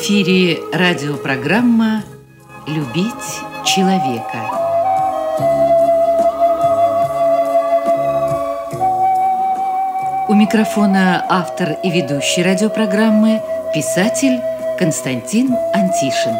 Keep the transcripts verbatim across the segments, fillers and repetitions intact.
эфире радиопрограмма «Любить человека». У микрофона автор и ведущий радиопрограммы, писатель Константин Антишин.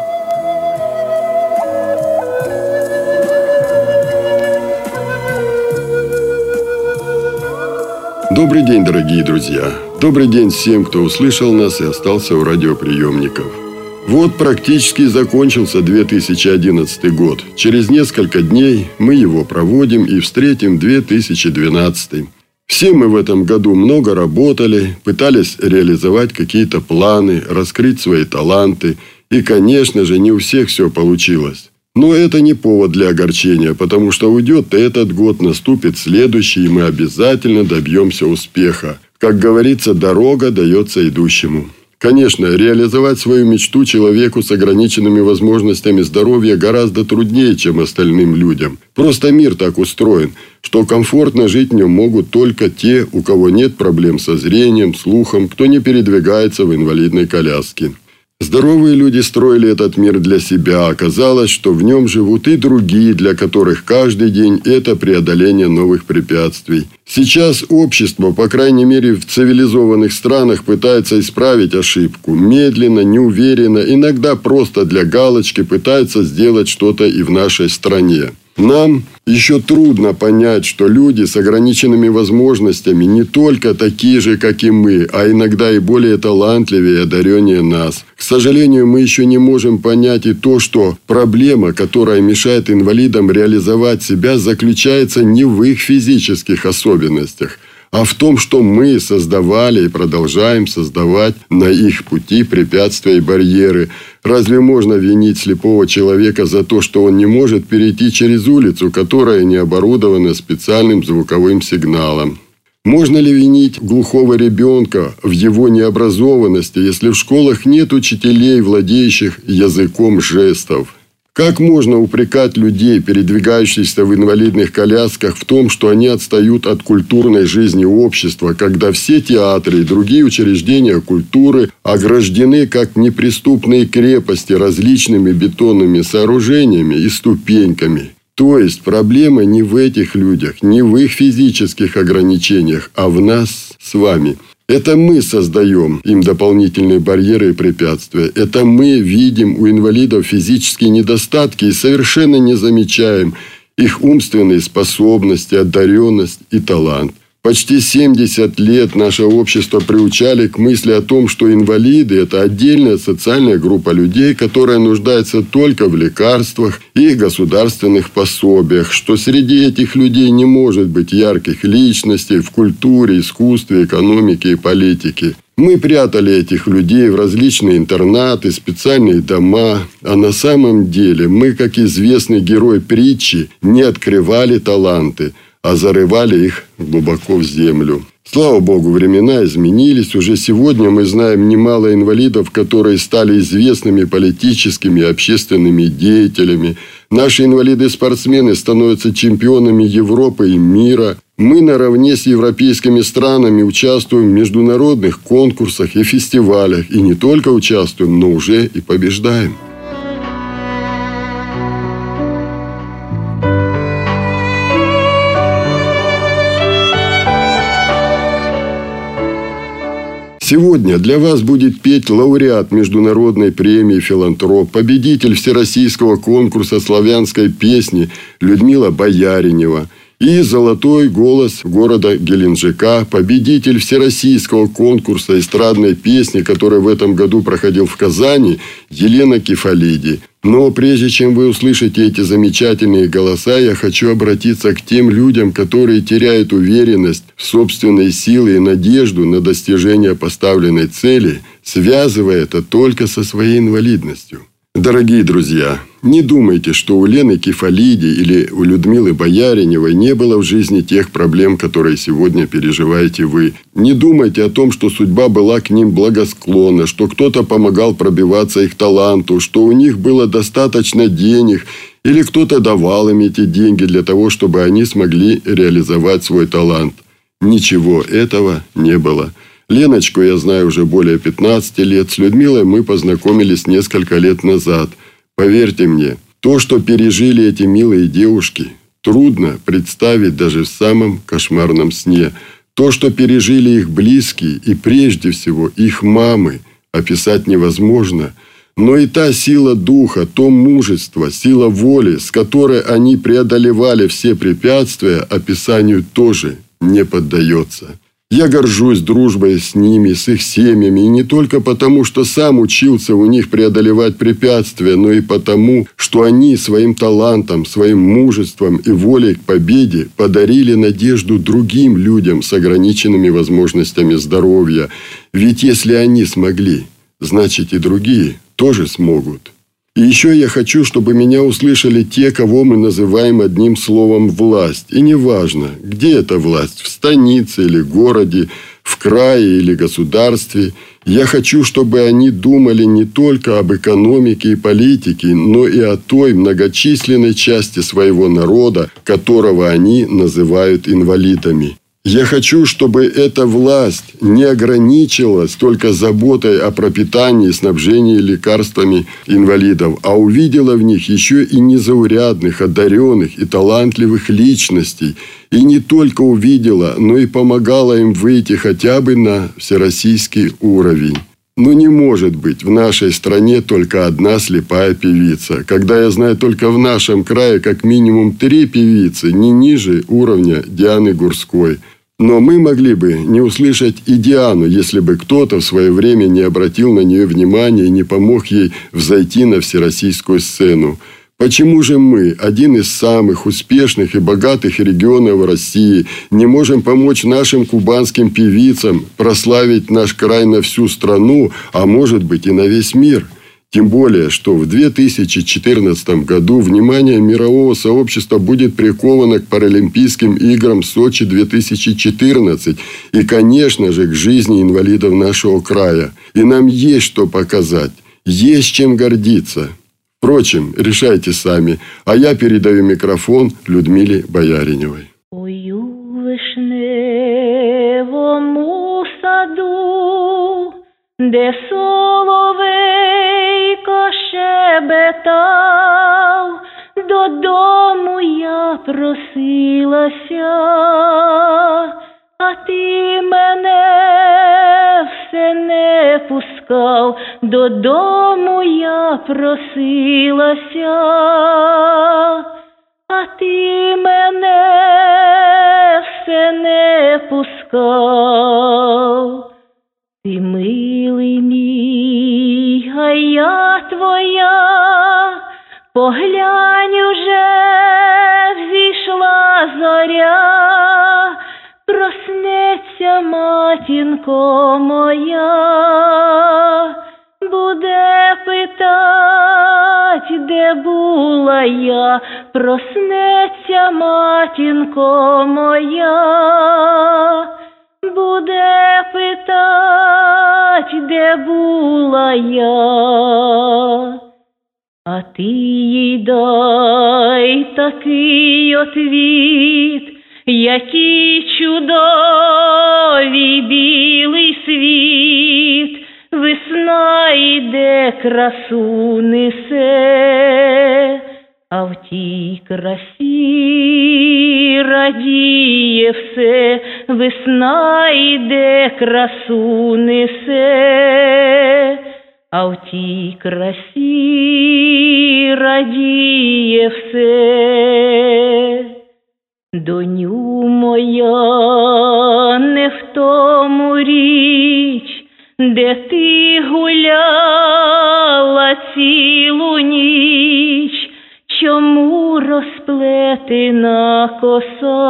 Добрый день, дорогие друзья! Добрый день всем, кто услышал нас и остался у радиоприемников. Вот практически закончился две тысячи одиннадцатый год. Через несколько дней мы его проводим и встретим две тысячи двенадцатый. Все мы в этом году много работали, пытались реализовать какие-то планы, раскрыть свои таланты. И, конечно же, не у всех все получилось. Но это не повод для огорчения, потому что уйдет этот год, наступит следующий, и мы обязательно добьемся успеха. Как говорится, дорога дается идущему. Конечно, реализовать свою мечту человеку с ограниченными возможностями здоровья гораздо труднее, чем остальным людям. Просто мир так устроен, что комфортно жить в нем могут только те, у кого нет проблем со зрением, слухом, кто не передвигается в инвалидной коляске. Здоровые люди строили этот мир для себя. Оказалось, что в нем живут и другие, для которых каждый день – это преодоление новых препятствий. Сейчас общество, по крайней мере в цивилизованных странах, пытается исправить ошибку. Медленно, неуверенно, иногда просто для галочки пытается сделать что-то и в нашей стране. Нам еще трудно понять, что люди с ограниченными возможностями не только такие же, как и мы, а иногда и более талантливее и одареннее нас. К сожалению, мы еще не можем понять и то, что проблема, которая мешает инвалидам реализовать себя, заключается не в их физических особенностях, а в том, что мы создавали и продолжаем создавать на их пути препятствия и барьеры. Разве можно винить слепого человека за то, что он не может перейти через улицу, которая не оборудована специальным звуковым сигналом? Можно ли винить глухого ребенка в его необразованности, если в школах нет учителей, владеющих языком жестов? Как можно упрекать людей, передвигающихся в инвалидных колясках, в том, что они отстают от культурной жизни общества, когда все театры и другие учреждения культуры ограждены как неприступные крепости различными бетонными сооружениями и ступеньками? То есть проблема не в этих людях, не в их физических ограничениях, а в нас с вами. Это мы создаем им дополнительные барьеры и препятствия. Это мы видим у инвалидов физические недостатки и совершенно не замечаем их умственные способности, одаренность и талант. Почти семьдесят лет наше общество приучали к мысли о том, что инвалиды – это отдельная социальная группа людей, которая нуждается только в лекарствах и государственных пособиях, что среди этих людей не может быть ярких личностей в культуре, искусстве, экономике и политике. Мы прятали этих людей в различные интернаты, специальные дома, а на самом деле мы, как известный герой притчи, не открывали таланты, а зарывали их глубоко в землю. Слава Богу, времена изменились. Уже сегодня мы знаем немало инвалидов, которые стали известными политическими и общественными деятелями. Наши инвалиды-спортсмены становятся чемпионами Европы и мира. Мы наравне с европейскими странами участвуем в международных конкурсах и фестивалях. И не только участвуем, но уже и побеждаем. Сегодня для вас будет петь лауреат международной премии «Филантроп», победитель всероссийского конкурса славянской песни Людмила Бояринева и золотой голос города Геленджика, победитель всероссийского конкурса эстрадной песни, который в этом году проходил в Казани, Елена Кефалиди. Но прежде чем вы услышите эти замечательные голоса, я хочу обратиться к тем людям, которые теряют уверенность в собственной силы и надежду на достижение поставленной цели, связывая это только со своей инвалидностью. Дорогие друзья, не думайте, что у Лены Кефалиди или у Людмилы Бояриневой не было в жизни тех проблем, которые сегодня переживаете вы. Не думайте о том, что судьба была к ним благосклонна, что кто-то помогал пробиваться их таланту, что у них было достаточно денег, или кто-то давал им эти деньги для того, чтобы они смогли реализовать свой талант. Ничего этого не было. Леночку я знаю уже более пятнадцати лет. С Людмилой мы познакомились несколько лет назад. Поверьте мне, то, что пережили эти милые девушки, трудно представить даже в самом кошмарном сне. То, что пережили их близкие и прежде всего их мамы, описать невозможно. Но и та сила духа, то мужество, сила воли, с которой они преодолевали все препятствия, описанию тоже не поддается. Я горжусь дружбой с ними, с их семьями, и не только потому, что сам учился у них преодолевать препятствия, но и потому, что они своим талантом, своим мужеством и волей к победе подарили надежду другим людям с ограниченными возможностями здоровья. Ведь если они смогли, значит и другие тоже смогут. И еще я хочу, чтобы меня услышали те, кого мы называем одним словом «власть». И неважно, где эта власть, в станице или городе, в крае или государстве. Я хочу, чтобы они думали не только об экономике и политике, но и о той многочисленной части своего народа, которого они называют инвалидами. Я хочу, чтобы эта власть не ограничилась только заботой о пропитании и снабжении лекарствами инвалидов, а увидела в них еще и незаурядных, одаренных и талантливых личностей. И не только увидела, но и помогала им выйти хотя бы на всероссийский уровень. Но не может быть в нашей стране только одна слепая певица, когда я знаю только в нашем крае как минимум три певицы, не ниже уровня Дианы Гурской. Но мы могли бы не услышать и Диану, если бы кто-то в свое время не обратил на нее внимания и не помог ей взойти на всероссийскую сцену. Почему же мы, один из самых успешных и богатых регионов России, не можем помочь нашим кубанским певицам прославить наш край на всю страну, а может быть и на весь мир? Тем более, что в две тысячи четырнадцатом году внимание мирового сообщества будет приковано к Паралимпийским играм Сочи две тысячи четырнадцать и, конечно же, к жизни инвалидов нашего края. И нам есть что показать, есть чем гордиться. Впрочем, решайте сами, а я передаю микрофон Людмиле Бояриневой. Ой, у вишневому саду, де соловейко щебетав, додому я просилася, а ти мене все не пускав, додому я просилася, а ти мене все не пускав. Ти милий мій, а я твоя, поглянь, уже взійшла зоря, проснеться матінко моя, буде питать, де була я, проснеться матінко моя, буде питать, де була я. А ти їй дай такий отвіт, який чудовий білий світ, весна йде, красу несе, а в тій красі радіє все, весна йде, красу несе, а в тій красі радіє все. Доню моя, не в тому річ, де ти гуляла цілу ніч, чому розплетена коса,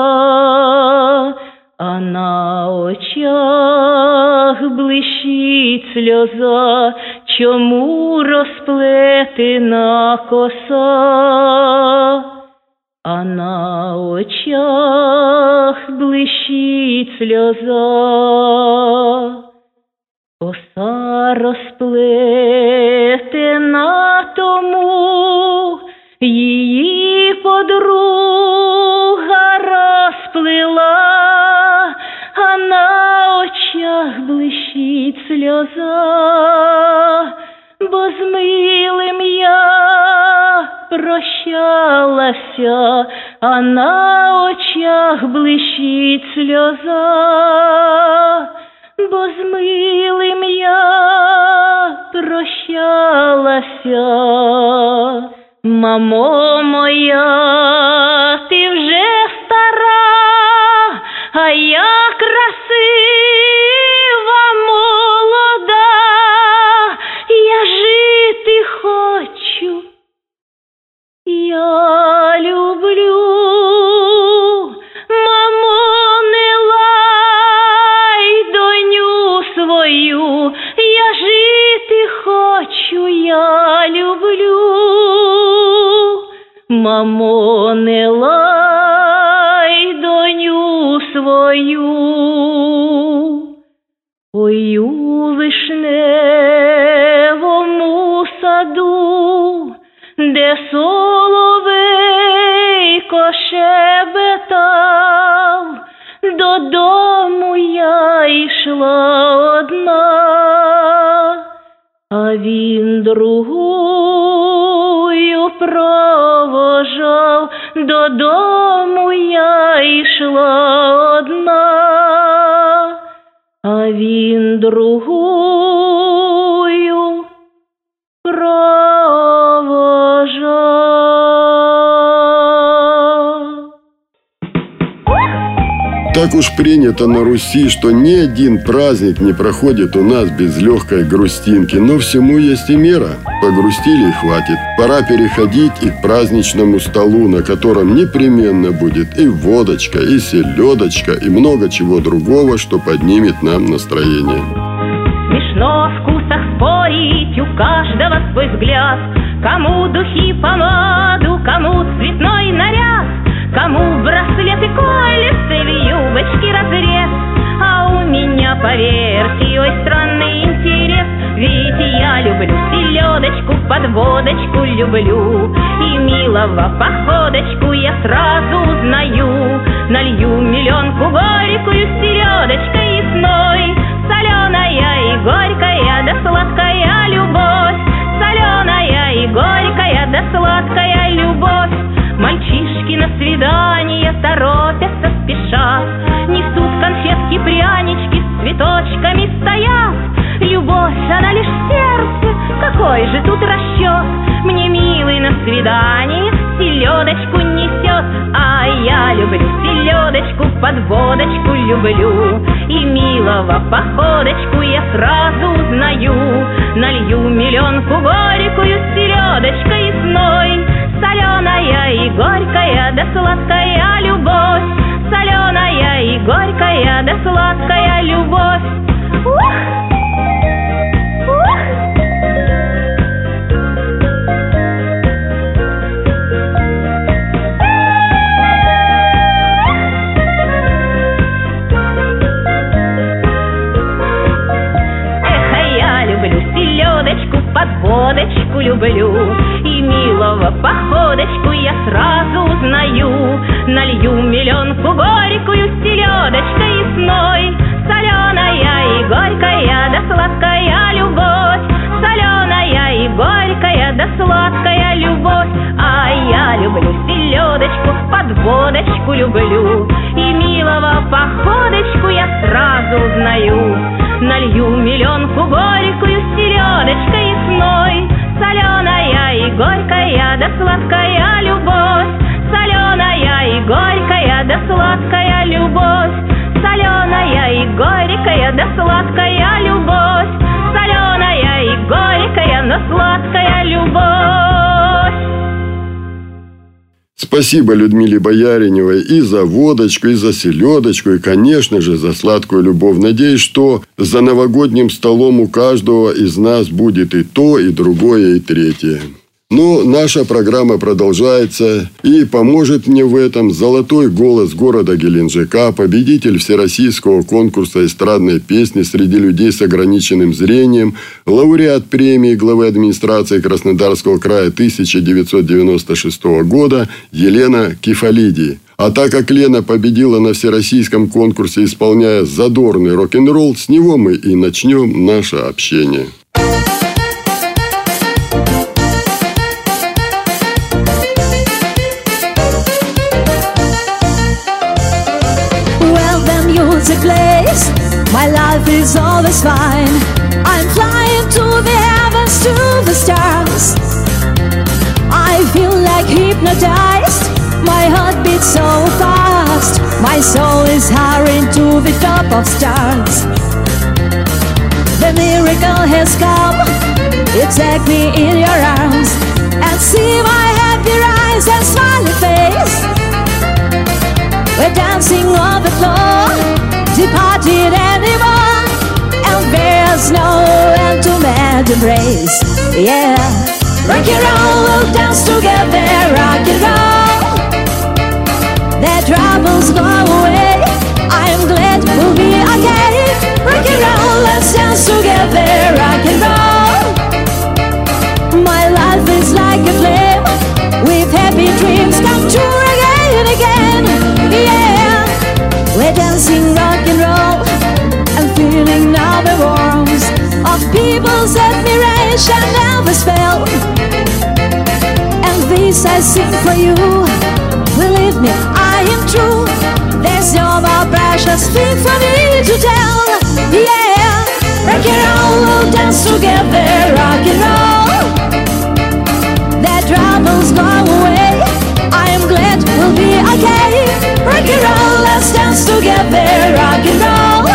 а на очах блищить сльоза, чому розплетена коса, а на очах блищить сльоза. Коса розплетена тому, її подруга розплела, а на очах блищить з милим я прощалася, а на очах блищить сльоза, бо з милим я прощалася. Мамо моя, ти вже стара, а я красива, молода, я жити хочу, я люблю. Мамо, не лай доню свою, я жити хочу, я люблю. Мамо, не лай доню свою. Ой, у вишневому саду, де соловейко шебетав, додому я йшла одна, а він другою провожав, додому я йшла одна, а він другою провожав. Так уж принято на Руси, что ни один праздник не проходит у нас без легкой грустинки, но всему есть и мера. Погрустили и хватит. Пора переходить и к праздничному столу, на котором непременно будет и водочка, и селедочка, и много чего другого, что поднимет нам настроение. Смешно в вкусах спорить, у каждого свой взгляд. Кому духи, помаду, кому цветной наряд, кому браслеты, кольца или юбочки разрез. А у меня, поверьте, ой, странный интерес. Ведь я люблю селедочку, подводочку люблю, и милого походочку я сразу узнаю. Налью миллионку горькую с селедочкой ясной, соленая и горькая, да сладкая любовь, соленая и горькая, да сладкая любовь. Мальчишки на свидание торопятся, спешат, несут конфетки, прянички, с цветочками стоят. Любовь, она лишь в сердце, какой же тут расчет? Мне милый на свидание селедочку несет, а я люблю селедочку, подводочку люблю, и милого походочку я сразу узнаю. Налью миллионку горькую с селедочкой ясной, соленая и горькая, да сладкая любовь, соленая и горькая, да сладкая любовь. Ух! Подводочку люблю, и милого походочку я сразу узнаю. Налью миллионку горькую с селедочкой ясной, соленая и горькая, да сладкая любовь, соленая и горькая, да сладкая любовь. А я люблю селедочку, подводочку люблю, и милого походочку я сразу узнаю. Налью миллионку горькую с селедочкой ясной, соленая и горькая, да сладкая любовь, соленая и горькая, да сладкая любовь, соленая и горькая, да сладкая любовь, соленая и горькая, но сладкая любовь. Спасибо Людмиле Бояриневой и за водочку, и за селедочку, и, конечно же, за сладкую любовь. Надеюсь, что за новогодним столом у каждого из нас будет и то, и другое, и третье. Но наша программа продолжается, и поможет мне в этом золотой голос города Геленджика, победитель всероссийского конкурса эстрадной песни среди людей с ограниченным зрением, лауреат премии главы администрации Краснодарского края тысяча девятьсот девяносто шестого года Елена Кифалиди. А так как Лена победила на всероссийском конкурсе, исполняя задорный рок-н-ролл, с него мы и начнем наше общение. My life is always fine. I'm flying to the heavens, to the stars. I feel like hypnotized. My heart beats so fast. My soul is hurrying to the top of stars. The miracle has come. You take me in your arms and see my happy eyes and smiley face. We're dancing on the floor, departed anymore, and there's no end to mad embrace. Yeah, rock and roll, we'll dance together, rock and roll. The troubles go away, I'm glad we'll be okay. Rock and roll, let's dance together, rock and roll. My life is like a flame, with happy dreams come true again and again. Yeah, we're dancing rock and roll, and feeling now the warmth of people's admiration and the spell. And this I sing for you, believe me, I am true. There's no more precious thing for me to tell. Yeah, rock and roll, we'll dance together, rock and roll. The troubles go away, I am glad we'll be okay. Rock and roll, let's dance together, rock and roll.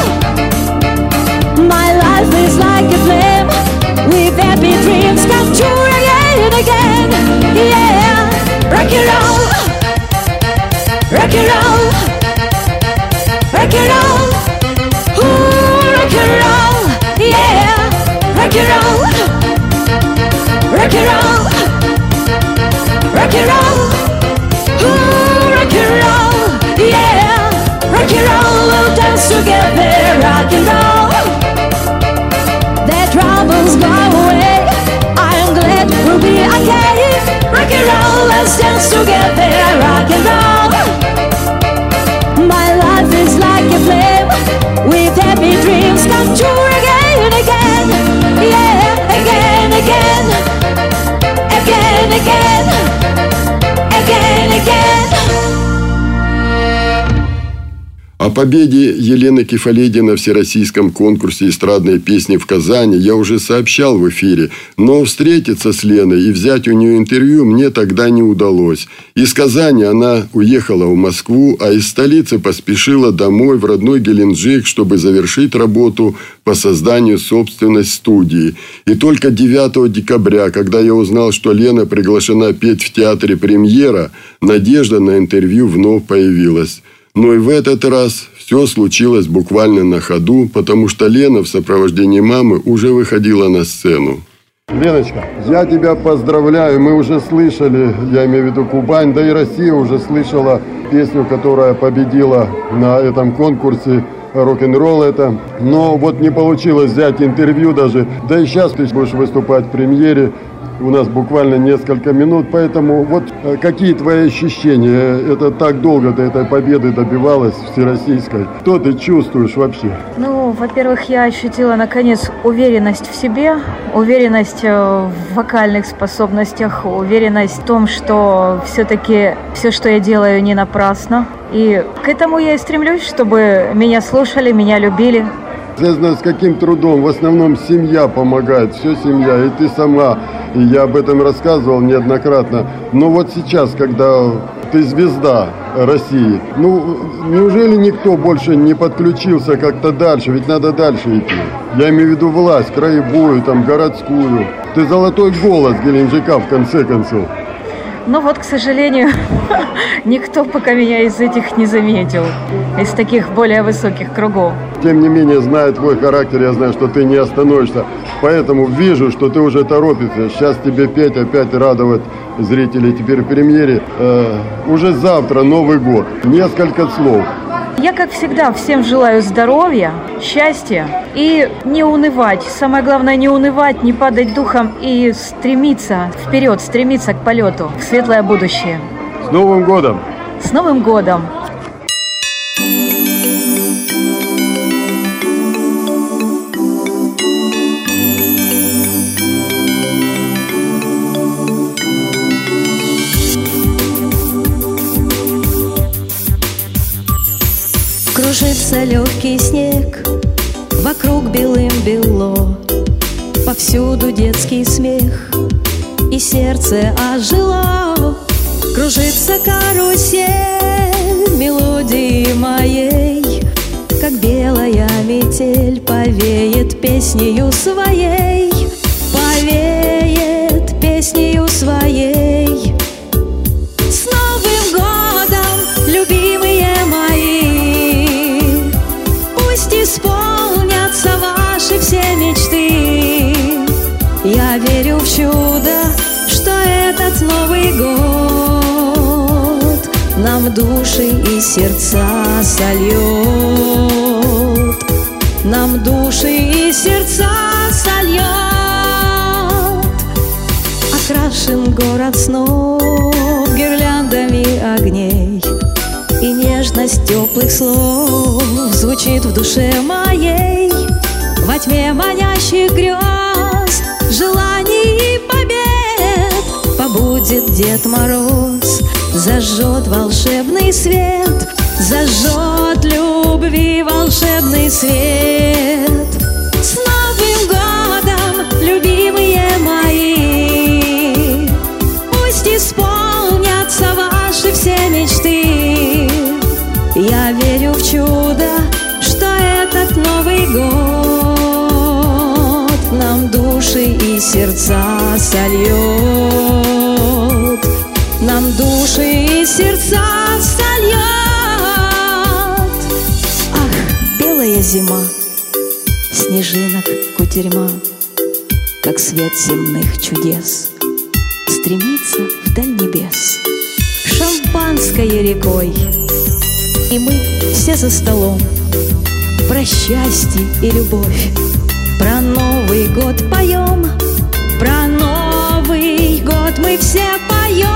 My life is like a flame, with happy dreams come true again and again. Yeah, rock and roll, rock and roll, rock and roll. Ooh, rock and roll, yeah, rock and roll, rock and roll, rock and roll. Ooh, rock and roll, yeah, rock and roll, we'll dance together, rock and roll. The troubles go away, I'm glad we'll be okay. Rock and roll, let's dance together, rock and roll. My life is like a flame, with happy dreams come true again and again. Yeah, again, again, again, again, again, again. О победе Елены Кефалиди на всероссийском конкурсе эстрадной песни в Казани я уже сообщал в эфире, но встретиться с Леной и взять у нее интервью мне тогда не удалось. Из Казани она уехала в Москву, а из столицы поспешила домой в родной Геленджик, чтобы завершить работу по созданию собственной студии. И только девятого декабря, когда я узнал, что Лена приглашена петь в театре «Премьера», надежда на интервью вновь появилась. Но и в этот раз все случилось буквально на ходу, потому что Лена в сопровождении мамы уже выходила на сцену. Леночка, я тебя поздравляю. Мы уже слышали, я имею в виду Кубань, да и Россия уже слышала песню, которая победила на этом конкурсе. Рок-н-ролл это. Но вот не получилось взять интервью даже. Да и сейчас ты будешь выступать в премьере. У нас буквально несколько минут, поэтому вот какие твои ощущения? Это так долго ты этой победы добивалась всероссийской. Что ты чувствуешь вообще? Ну, во-первых, я ощутила, наконец, уверенность в себе, уверенность в вокальных способностях, уверенность в том, что все-таки все, что я делаю, не напрасно. И к этому я и стремлюсь, чтобы меня слушали, меня любили. Связано с каким трудом? В основном семья помогает, все семья, и ты сама. И я об этом рассказывал неоднократно. Но вот сейчас, когда ты звезда России, ну, неужели никто больше не подключился как-то дальше? Ведь надо дальше идти. Я имею в виду власть, краевую, там, городскую. Ты золотой голос Геленджика, в конце концов. Ну вот, к сожалению, никто пока меня из этих не заметил, из таких более высоких кругов. Тем не менее, зная твой характер, я знаю, что ты не остановишься. Поэтому вижу, что ты уже торопишься. Сейчас тебе петь, опять радовать зрителей теперь в премьере. Э, уже завтра Новый год. Несколько слов. Я, как всегда, всем желаю здоровья, счастья и не унывать. Самое главное, не унывать, не падать духом и стремиться вперед, стремиться к полету, в светлое будущее. С Новым годом! С Новым годом! Кружится легкий снег вокруг белым-бело, повсюду детский смех, и сердце ожило. Кружится карусель мелодии моей, как белая метель повеет песнею своей, повеет песнею своей. С Новым годом, любимые мои, пусть исполнятся ваши все мечты. Я верю в чудо, что этот Новый год нам души и сердца сольет, нам души и сердца сольет. Окрашен город снов гирляндами огней, и нежность теплых слов звучит в душе моей. Во тьме манящих грез, желаний и побед побудет Дед Мороз, зажжет волшебный свет, зажжет любви волшебный свет. С Новым годом, любимые мои, пусть исполнятся ваши все мечты. Я верю в чудо, что этот Новый год нам души и сердца сольет, нам души и сердца сольет. Ах, белая зима, снежинок кутерьма, как свет земных чудес стремится вдаль небес шампанское рекой. И мы все за столом про счастье и любовь, про Новый год поем, про Новый год мы все поем.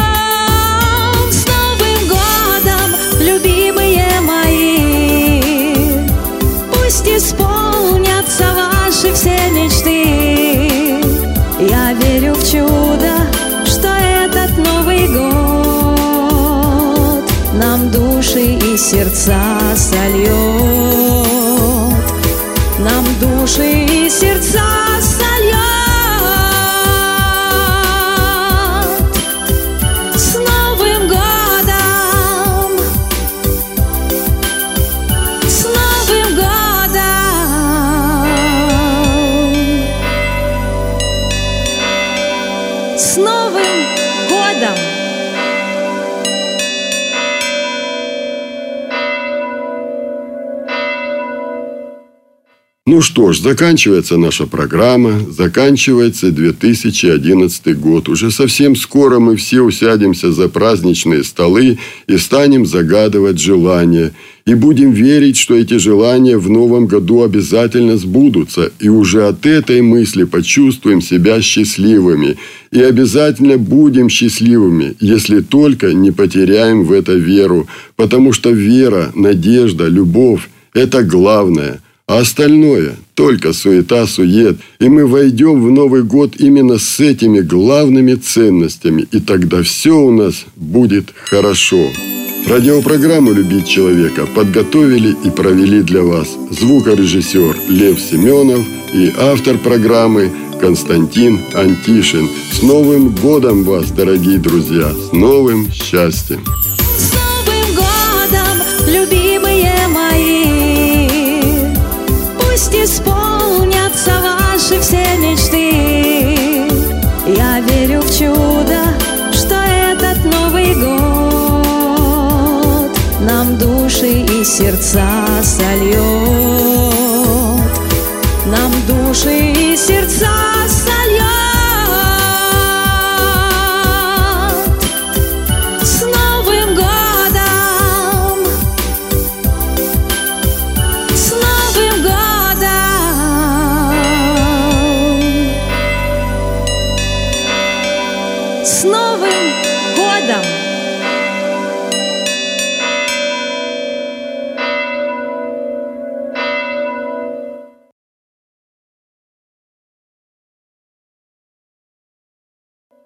С Новым годом, любимые мои, пусть исполнятся ваши все мечты. Я верю в чудо, что этот Новый год нам души и сердца сольет, нам души и сердца сольет. С Новым годом, с Новым годом, с Новым годом. Ну что ж, заканчивается наша программа, заканчивается две тысячи одиннадцатый год. Уже совсем скоро мы все усядемся за праздничные столы и станем загадывать желания. И будем верить, что эти желания в новом году обязательно сбудутся. И уже от этой мысли почувствуем себя счастливыми. И обязательно будем счастливыми, если только не потеряем в это веру. Потому что вера, надежда, любовь – это главное. А остальное – только суета-сует. И мы войдем в Новый год именно с этими главными ценностями. И тогда все у нас будет хорошо. Радиопрограмму «Любить человека» подготовили и провели для вас звукорежиссер Лев Семенов и автор программы Константин Антишин. С Новым годом вас, дорогие друзья! С новым счастьем! С Новым годом, любимые мои, пусть исполнятся ваши все мечты. Я верю в чудо, что этот Новый год нам души и сердца сольет, нам души и сердца сольет. С Новым годом, с Новым годом, с Новым годом!